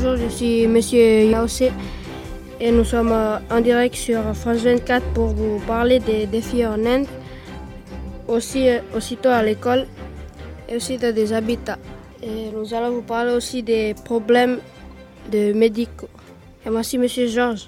Bonjour, je suis Monsieur Yaossé et nous sommes en direct sur France 24 pour vous parler des défis en Inde, aussitôt à l'école et aussi des habitats. Et nous allons vous parler aussi des problèmes de médicaux. Et voici Monsieur Georges.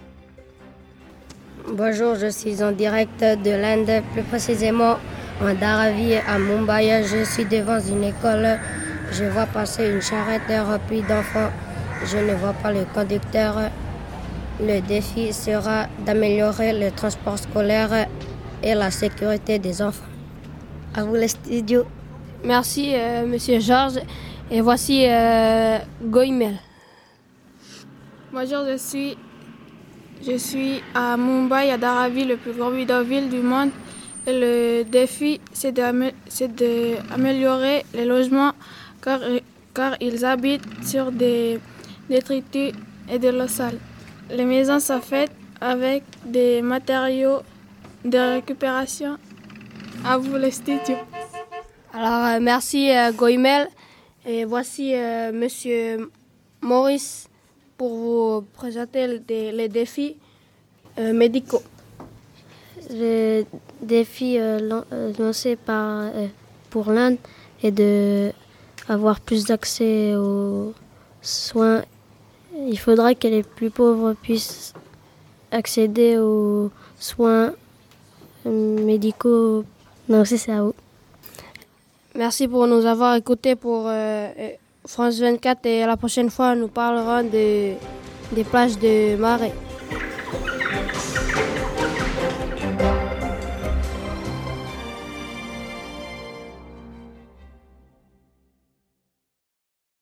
Bonjour, je suis en direct de l'Inde, plus précisément en Dharavi à Mumbai. Je suis devant une école. Je vois passer une charrette remplie d'enfants. Je ne vois pas le conducteur. Le défi sera d'améliorer le transport scolaire et la sécurité des enfants. À vous les studios. Merci Monsieur Georges. Et voici Goimel. Bonjour, je suis à Mumbai, à Dharavi, le plus grand bidonville du monde. Et le défi, c'est d'améliorer les logements car ils habitent sur des détritus et de l'eau sale. Les maisons sont faites avec des matériaux de récupération. À vous les studios. Alors merci Goimel. Et voici Monsieur Maurice pour vous présenter les défis médicaux. Le défi lancé pour l'Inde est d'avoir plus d'accès aux soins. Il faudra que les plus pauvres puissent accéder aux soins médicaux. Non, c'est ça. Merci pour nous avoir écoutés pour France 24 et la prochaine fois nous parlerons des plages de marée.